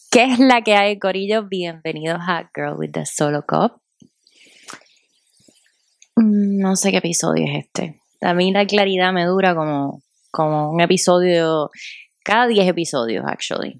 ¿Qué es la que hay, corillo? Bienvenidos a Girl with the Solo Cup. No sé qué episodio es este. A mí la claridad me dura como un episodio, cada 10 episodios, actually.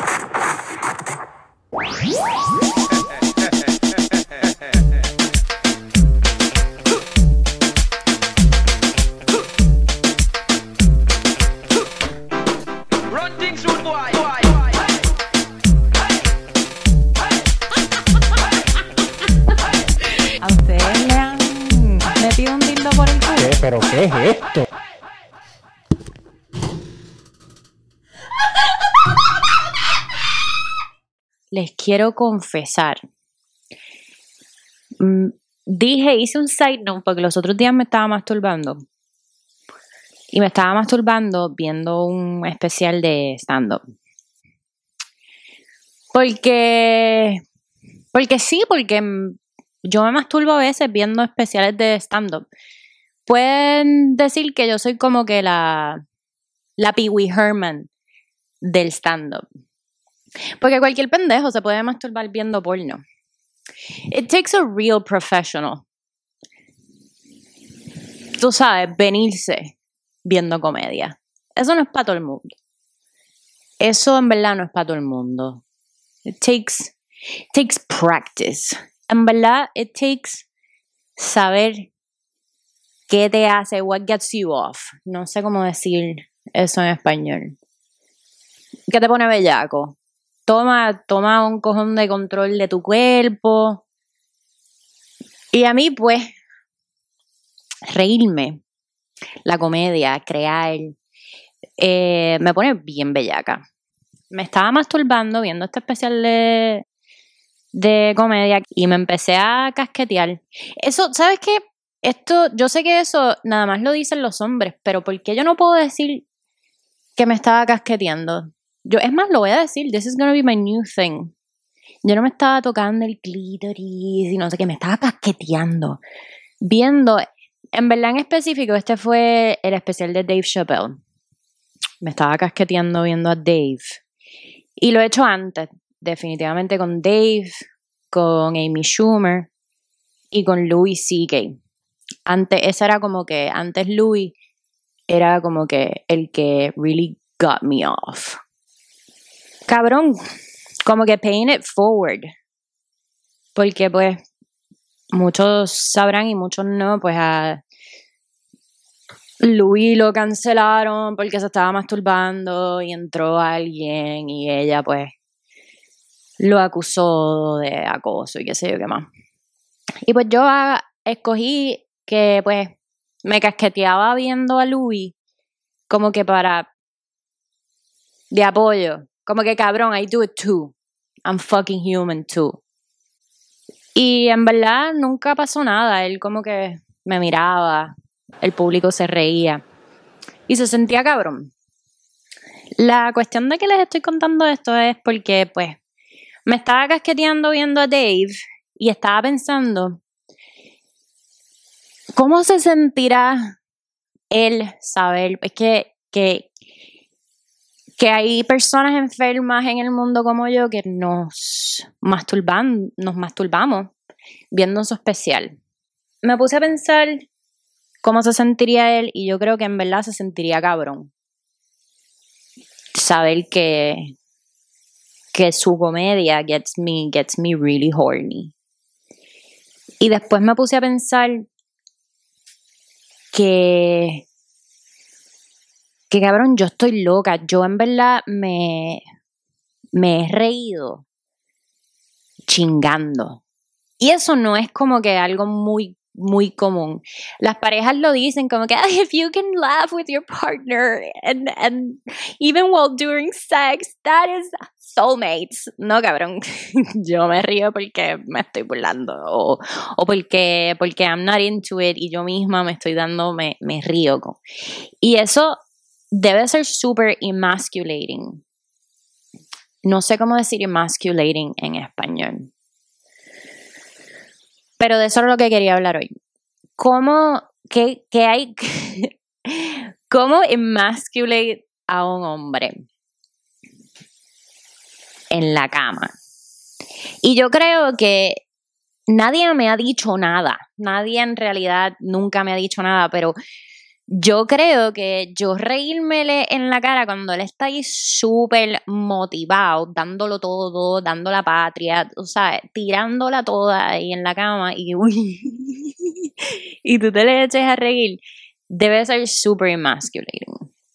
¿A ustedes le han metido un dildo por el culo? ¿Pero qué es esto? Les quiero confesar. Hice un side note porque los otros días me estaba masturbando. Y me estaba masturbando viendo un especial de stand-up. Porque yo me masturbo a veces viendo especiales de stand-up. Pueden decir que yo soy como que la Pee Wee Herman del stand-up. Porque cualquier pendejo se puede masturbar viendo porno. It takes a real professional. Tú sabes, venirse viendo comedia. Eso no es para todo el mundo. Eso en verdad no es para todo el mundo. It takes practice. En verdad, it takes saber qué te hace, what gets you off. No sé cómo decir eso en español. ¿Qué te pone bellaco? Toma un cojón de control de tu cuerpo. Y a mí, pues, reírme, la comedia, crear, me pone bien bellaca. Me estaba masturbando viendo este especial de comedia y me empecé a casquetear. Eso, ¿sabes qué? Yo sé que eso nada más lo dicen los hombres, pero ¿por qué yo no puedo decir que me estaba casqueteando? Es más, lo voy a decir, this is gonna be my new thing. Yo no me estaba tocando el clítoris y no sé qué, me estaba casqueteando. Viendo, en verdad en específico, este fue el especial de Dave Chappelle. Me estaba casqueteando viendo a Dave. Y lo he hecho antes, definitivamente con Dave, con Amy Schumer y con Louis C.K. Antes Louis era como que el que really got me off. Cabrón, como que paying it forward. Porque pues muchos sabrán y muchos no, pues a Louis lo cancelaron porque se estaba masturbando y entró alguien y ella pues lo acusó de acoso y qué sé yo qué más. Y pues yo escogí que pues me casqueteaba viendo a Louis como que de apoyo. Como que cabrón, I do it too. I'm fucking human too. Y en verdad nunca pasó nada. Él como que me miraba, el público se reía y se sentía cabrón. La cuestión de que les estoy contando esto es porque pues me estaba casqueteando viendo a Dave y estaba pensando ¿cómo se sentirá él saber? Es que hay personas enfermas en el mundo como yo que nos masturbamos viendo su especial. Me puse a pensar cómo se sentiría él y yo creo que en verdad se sentiría cabrón. Saber que su comedia gets me really horny. Y después me puse a pensar que cabrón, yo estoy loca. Yo en verdad me he reído chingando. Y eso no es como que algo muy, muy común. Las parejas lo dicen como que if you can laugh with your partner and even while doing sex, that is soulmates. No, cabrón. Yo me río porque me estoy burlando o porque I'm not into it y yo misma me río. Y eso debe ser super emasculating. No sé cómo decir emasculating en español. Pero de eso es lo que quería hablar hoy. ¿Cómo emasculate a un hombre? en la cama. Y yo creo que nadie me ha dicho nada. Nadie en realidad nunca me ha dicho nada, pero yo creo que yo reírmele en la cara cuando él está ahí súper motivado, dándolo todo, dando la patria, o sea, tirándola toda ahí en la cama y, y tú te le eches a reír, debe ser súper emasculating.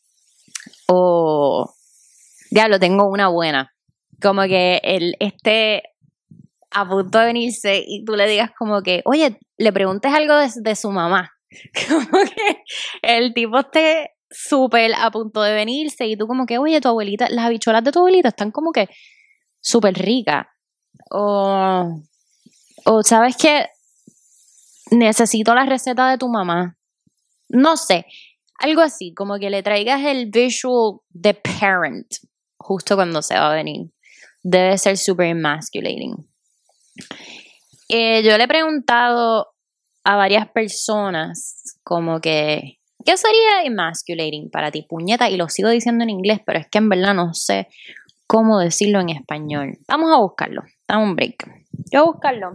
O, diablo, tengo una buena. Como que él esté a punto de venirse y tú le digas como que, oye, le preguntes algo de su mamá. Como que el tipo esté súper a punto de venirse y tú como que, oye, tu abuelita, las habichuelas de tu abuelita están como que súper ricas. O ¿sabes qué? Necesito la receta de tu mamá. No sé, algo así, como que le traigas el visual de parent justo cuando se va a venir. Debe ser súper emasculating. Yo le he preguntado a varias personas como que, ¿qué sería emasculating para ti, puñeta? Y lo sigo diciendo en inglés, pero es que en verdad no sé cómo decirlo en español. Vamos a buscarlo, dame un break. Yo voy a buscarlo.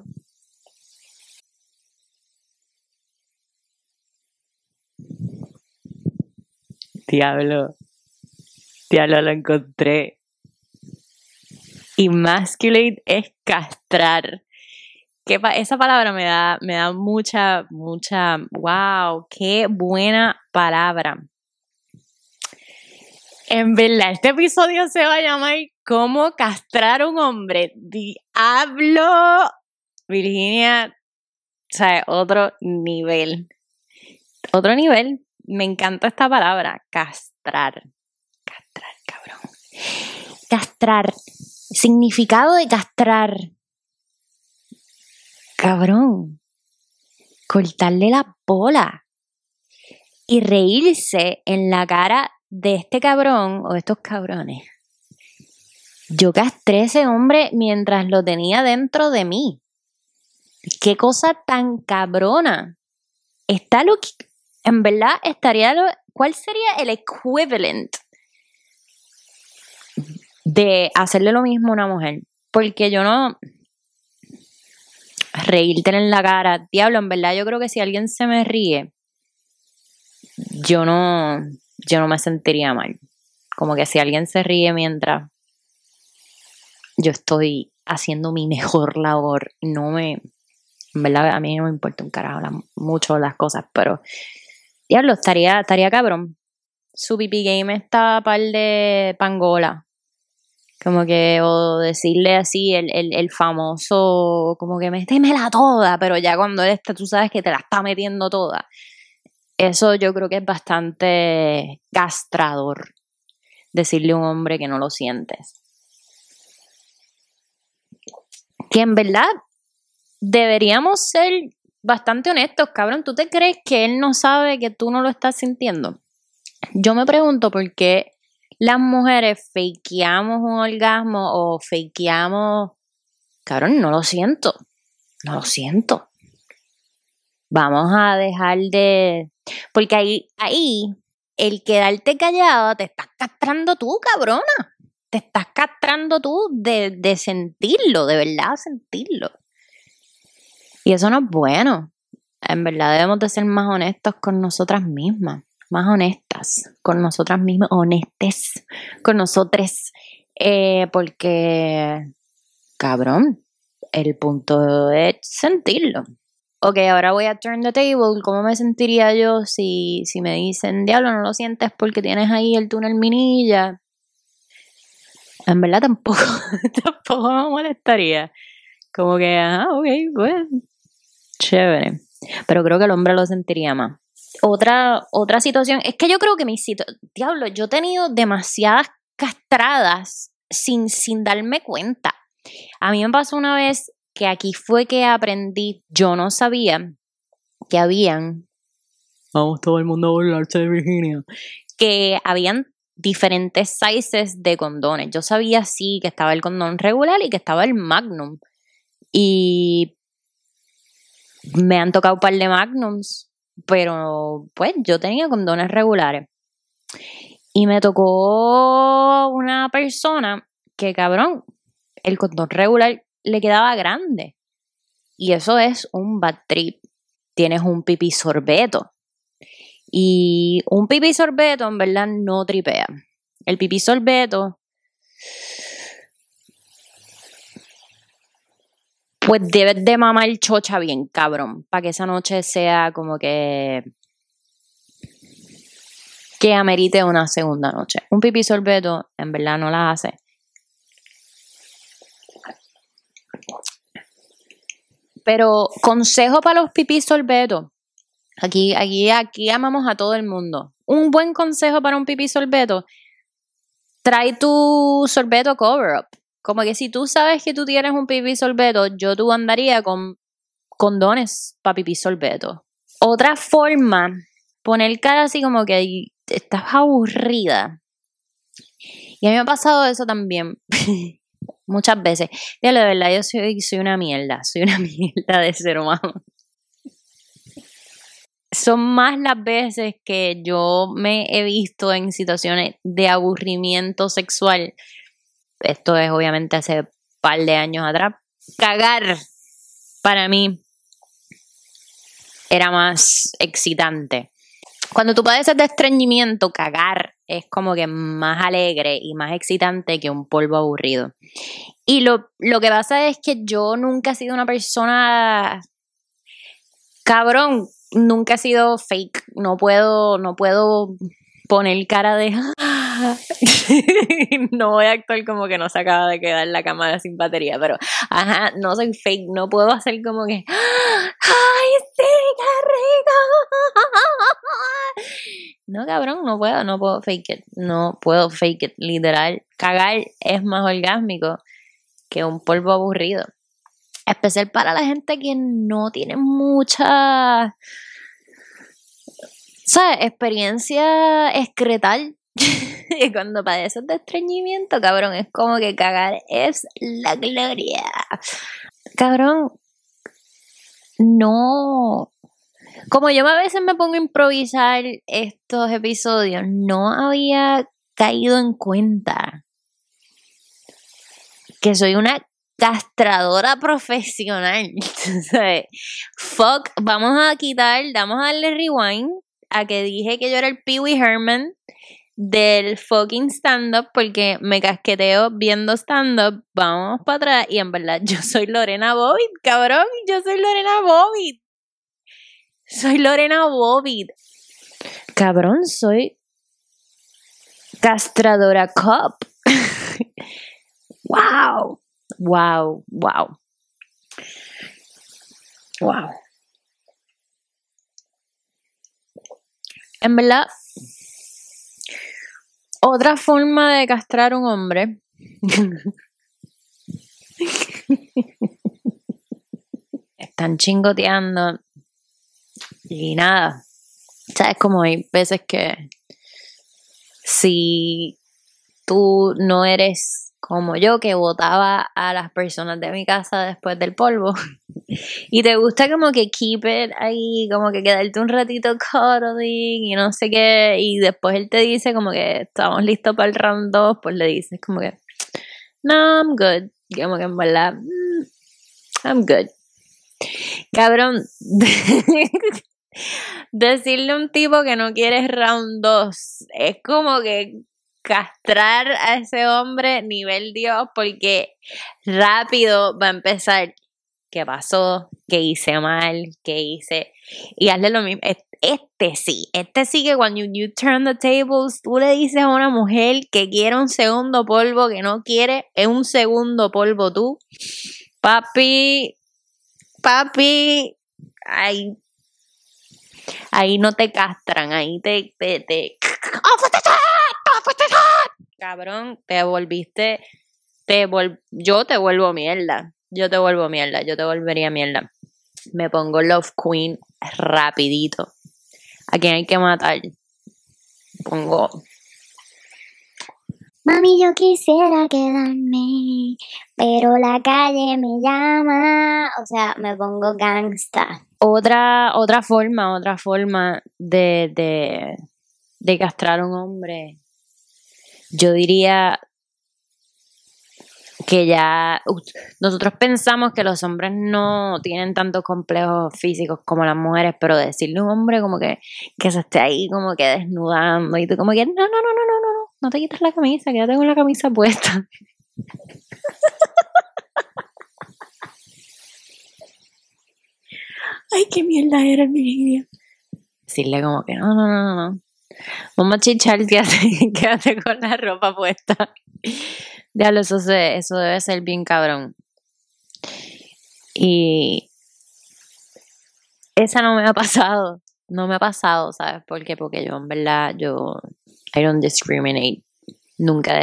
Diablo, lo encontré. Emasculate es castrar. Esa palabra me da mucha, wow, qué buena palabra. En verdad, este episodio se va a llamar ¿Cómo castrar a un hombre? Diablo, Virginia, o sea, otro nivel. Otro nivel, me encanta esta palabra, castrar. Castrar, cabrón. Castrar, significado de castrar. Cabrón, cortarle la bola y reírse en la cara de este cabrón o de estos cabrones. Yo castré a ese hombre mientras lo tenía dentro de mí. Qué cosa tan cabrona. Está lo que, en verdad, ¿cuál sería el equivalent de hacerle lo mismo a una mujer? Porque yo no, reírte en la cara, diablo, en verdad yo creo que si alguien se me ríe, yo no me sentiría mal. Como que si alguien se ríe mientras yo estoy haciendo mi mejor labor, en verdad a mí no me importa un carajo mucho las cosas, pero diablo, estaría cabrón. Su pipi game está par de pangola. Como que, o decirle así, el famoso, como que métemela toda, pero ya cuando él está, tú sabes que te la está metiendo toda. Eso yo creo que es bastante castrador, decirle a un hombre que no lo sientes. Que en verdad deberíamos ser bastante honestos, cabrón. ¿Tú te crees que él no sabe que tú no lo estás sintiendo? Yo me pregunto por qué las mujeres fakeamos un orgasmo o fakeamos, cabrón, no lo siento. Vamos a dejar de... Porque ahí el quedarte callado te estás castrando tú, cabrona. Te estás castrando tú de sentirlo, de verdad sentirlo. Y eso no es bueno. En verdad debemos de ser más honestos con nosotras mismas. Más honestas con nosotras mismas. Honestes con nosotros. Porque, cabrón, el punto es sentirlo. Ok, ahora voy a turn the table. ¿Cómo me sentiría yo si me dicen, diablo, no lo sientes porque tienes ahí el túnel Minilla? En verdad tampoco me molestaría. Como que, ajá, ok, pues, chévere. Pero creo que el hombre lo sentiría más. Otra situación, es que yo creo que diablo, yo he tenido demasiadas castradas sin darme cuenta. A mí me pasó una vez que aquí fue que aprendí, yo no sabía que habían, vamos todo el mundo a burlarse de Virginia, que habían diferentes sizes de condones. Yo sabía sí que estaba el condón regular y que estaba el Magnum. Y me han tocado un par de Magnums, pero pues yo tenía condones regulares. Y me tocó una persona que, cabrón, el condón regular le quedaba grande. Y eso es un bad trip. Tienes un pipí sorbeto. Y un pipí sorbeto en verdad no tripea. El pipí sorbeto, pues debes de mamar chocha bien, cabrón, para que esa noche sea como que amerite una segunda noche. Un pipí sorbeto en verdad no la hace. Pero consejo para los pipí sorbetos. Aquí amamos a todo el mundo. Un buen consejo para un pipí sorbeto: trae tu sorbeto cover up. Como que si tú sabes que tú tienes un pipí sorbeto, tú andaría con condones para pipí sorbeto. Otra forma, poner cara así como que estás aburrida. Y a mí me ha pasado eso también. Muchas veces. Ya, de verdad, yo soy una mierda. Soy una mierda de ser humano. Son más las veces que yo me he visto en situaciones de aburrimiento sexual. Esto es obviamente hace un par de años atrás. Cagar para mí era más excitante. Cuando tú padeces de estreñimiento, cagar es como que más alegre y más excitante que un polvo aburrido. Y lo que pasa es que yo nunca he sido una persona... Cabrón, nunca he sido fake. No puedo poner cara de... No voy a actuar como que no se acaba de quedar la cámara sin batería, pero no soy fake. No puedo hacer como que... ¡Ay, sí, qué rico! No, cabrón, no puedo fake it. No puedo fake it. Literal, cagar es más orgásmico que un polvo aburrido. Especial para la gente que no tiene mucha, ¿sabes?, experiencia excretal. Y cuando padeces de estreñimiento, cabrón, es como que cagar es la gloria. Cabrón, no. Como yo a veces me pongo a improvisar estos episodios, no había caído en cuenta que soy una castradora profesional. ¿Sabes? Fuck, vamos a darle rewind a que dije que yo era el Pee Wee Herman del fucking stand-up, porque me casqueteo viendo stand-up. Vamos para atrás y en verdad yo soy Lorena Bobbitt, cabrón. Yo soy Lorena Bobbitt. Soy Lorena Bobbitt. Cabrón, soy castradora cop. Wow. Wow. En verdad, otra forma de castrar a un hombre están chingoteando y nada. ¿Sabes? Como hay veces que si tú no eres como yo, que botaba a las personas de mi casa después del polvo, y te gusta como que keep it ahí, como que quedarte un ratito cuddling y no sé qué, y después él te dice como que estamos listos para el round 2, pues le dices como que no, I'm good, como que en verdad I'm good. Cabrón, decirle a un tipo que no quieres round 2 es como que castrar a ese hombre nivel Dios, porque rápido va a empezar: ¿qué pasó? ¿Qué hice mal? ¿Qué hice? Y hazle lo mismo. Este sí que cuando you turn the tables, tú le dices a una mujer que quiere un segundo polvo, que no quiere, es un segundo polvo tú. Papi, ahí no te castran, ahí te cabrón, yo te vuelvo mierda. Yo te volvería mierda. Me pongo Love Queen rapidito. ¿A quién hay que matar? Pongo... Mami, yo quisiera quedarme, pero la calle me llama. O sea, me pongo gangsta. Otra forma de castrar a un hombre, yo diría que ya nosotros pensamos que los hombres no tienen tantos complejos físicos como las mujeres, pero decirle a un hombre como que se esté ahí como que desnudando y tú como que no te quites la camisa, quédate con la camisa puesta. Ay, qué mierda era Virginia. Decirle como que no. Vamos a chichar, quédate con la ropa puesta. Diablo, eso debe ser bien cabrón. Y esa no me ha pasado. No me ha pasado, ¿sabes por qué? Porque yo, en verdad, I don't discriminate. Nunca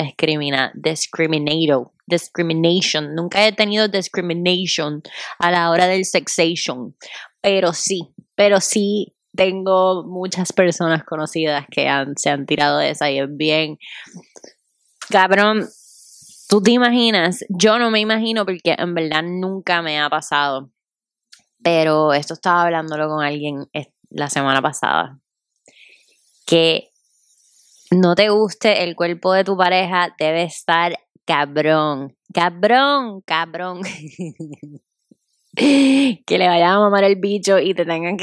discrimination. Nunca he tenido discrimination a la hora del sexation. Pero sí tengo muchas personas conocidas que se han tirado de esa y es bien cabrón. ¿Tú te imaginas? Yo no me imagino porque en verdad nunca me ha pasado. Pero esto estaba hablándolo con alguien la semana pasada. Que no te guste el cuerpo de tu pareja debe estar cabrón. Cabrón. Que le vayan a mamar el bicho y que tengas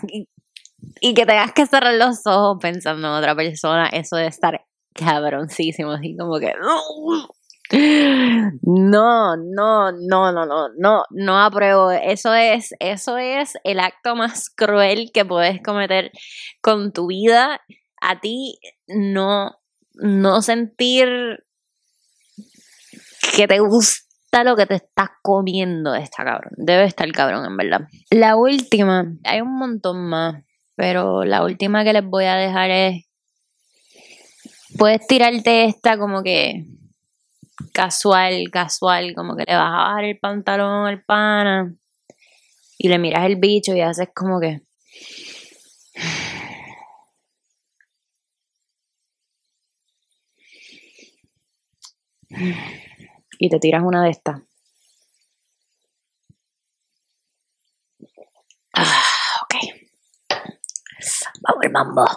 que cerrar los ojos pensando en otra persona. Eso debe estar cabroncísimo. Así como que no apruebo. Eso es el acto más cruel que puedes cometer con tu vida. A ti no sentir que te gusta lo que te estás comiendo está cabrón. Debe estar cabrón, en verdad. La última, hay un montón más, pero la última que les voy a dejar es, puedes tirarte esta como que casual, como que le vas a bajar el pantalón al pana y le miras el bicho y haces como que y te tiras una de estas. Ok. Vamos al mambo.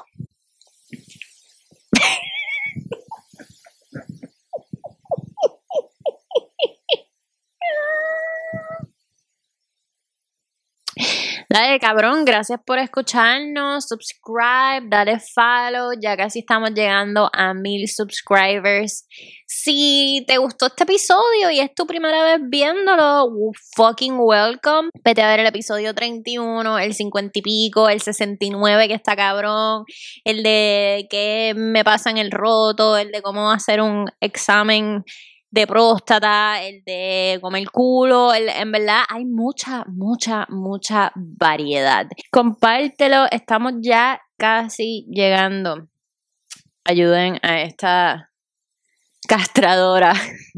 Dale, cabrón, gracias por escucharnos, subscribe, dale follow, ya casi estamos llegando a 1000 subscribers. Si te gustó este episodio y es tu primera vez viéndolo, fucking welcome. Vete a ver el episodio 31, el 50 y pico, el 69 que está cabrón, el de qué me pasa en el roto, el de cómo hacer un examen de próstata, el de comer culo, en verdad hay mucha variedad. Compártelo, estamos ya casi llegando. Ayuden a esta castradora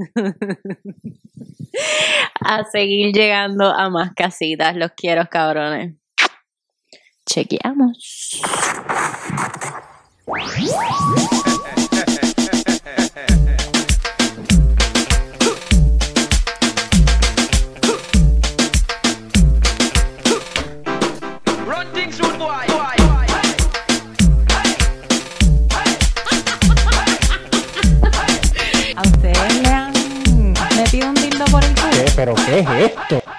a seguir llegando a más casitas. Los quiero, cabrones. Chequeamos. ¿Pero qué es esto?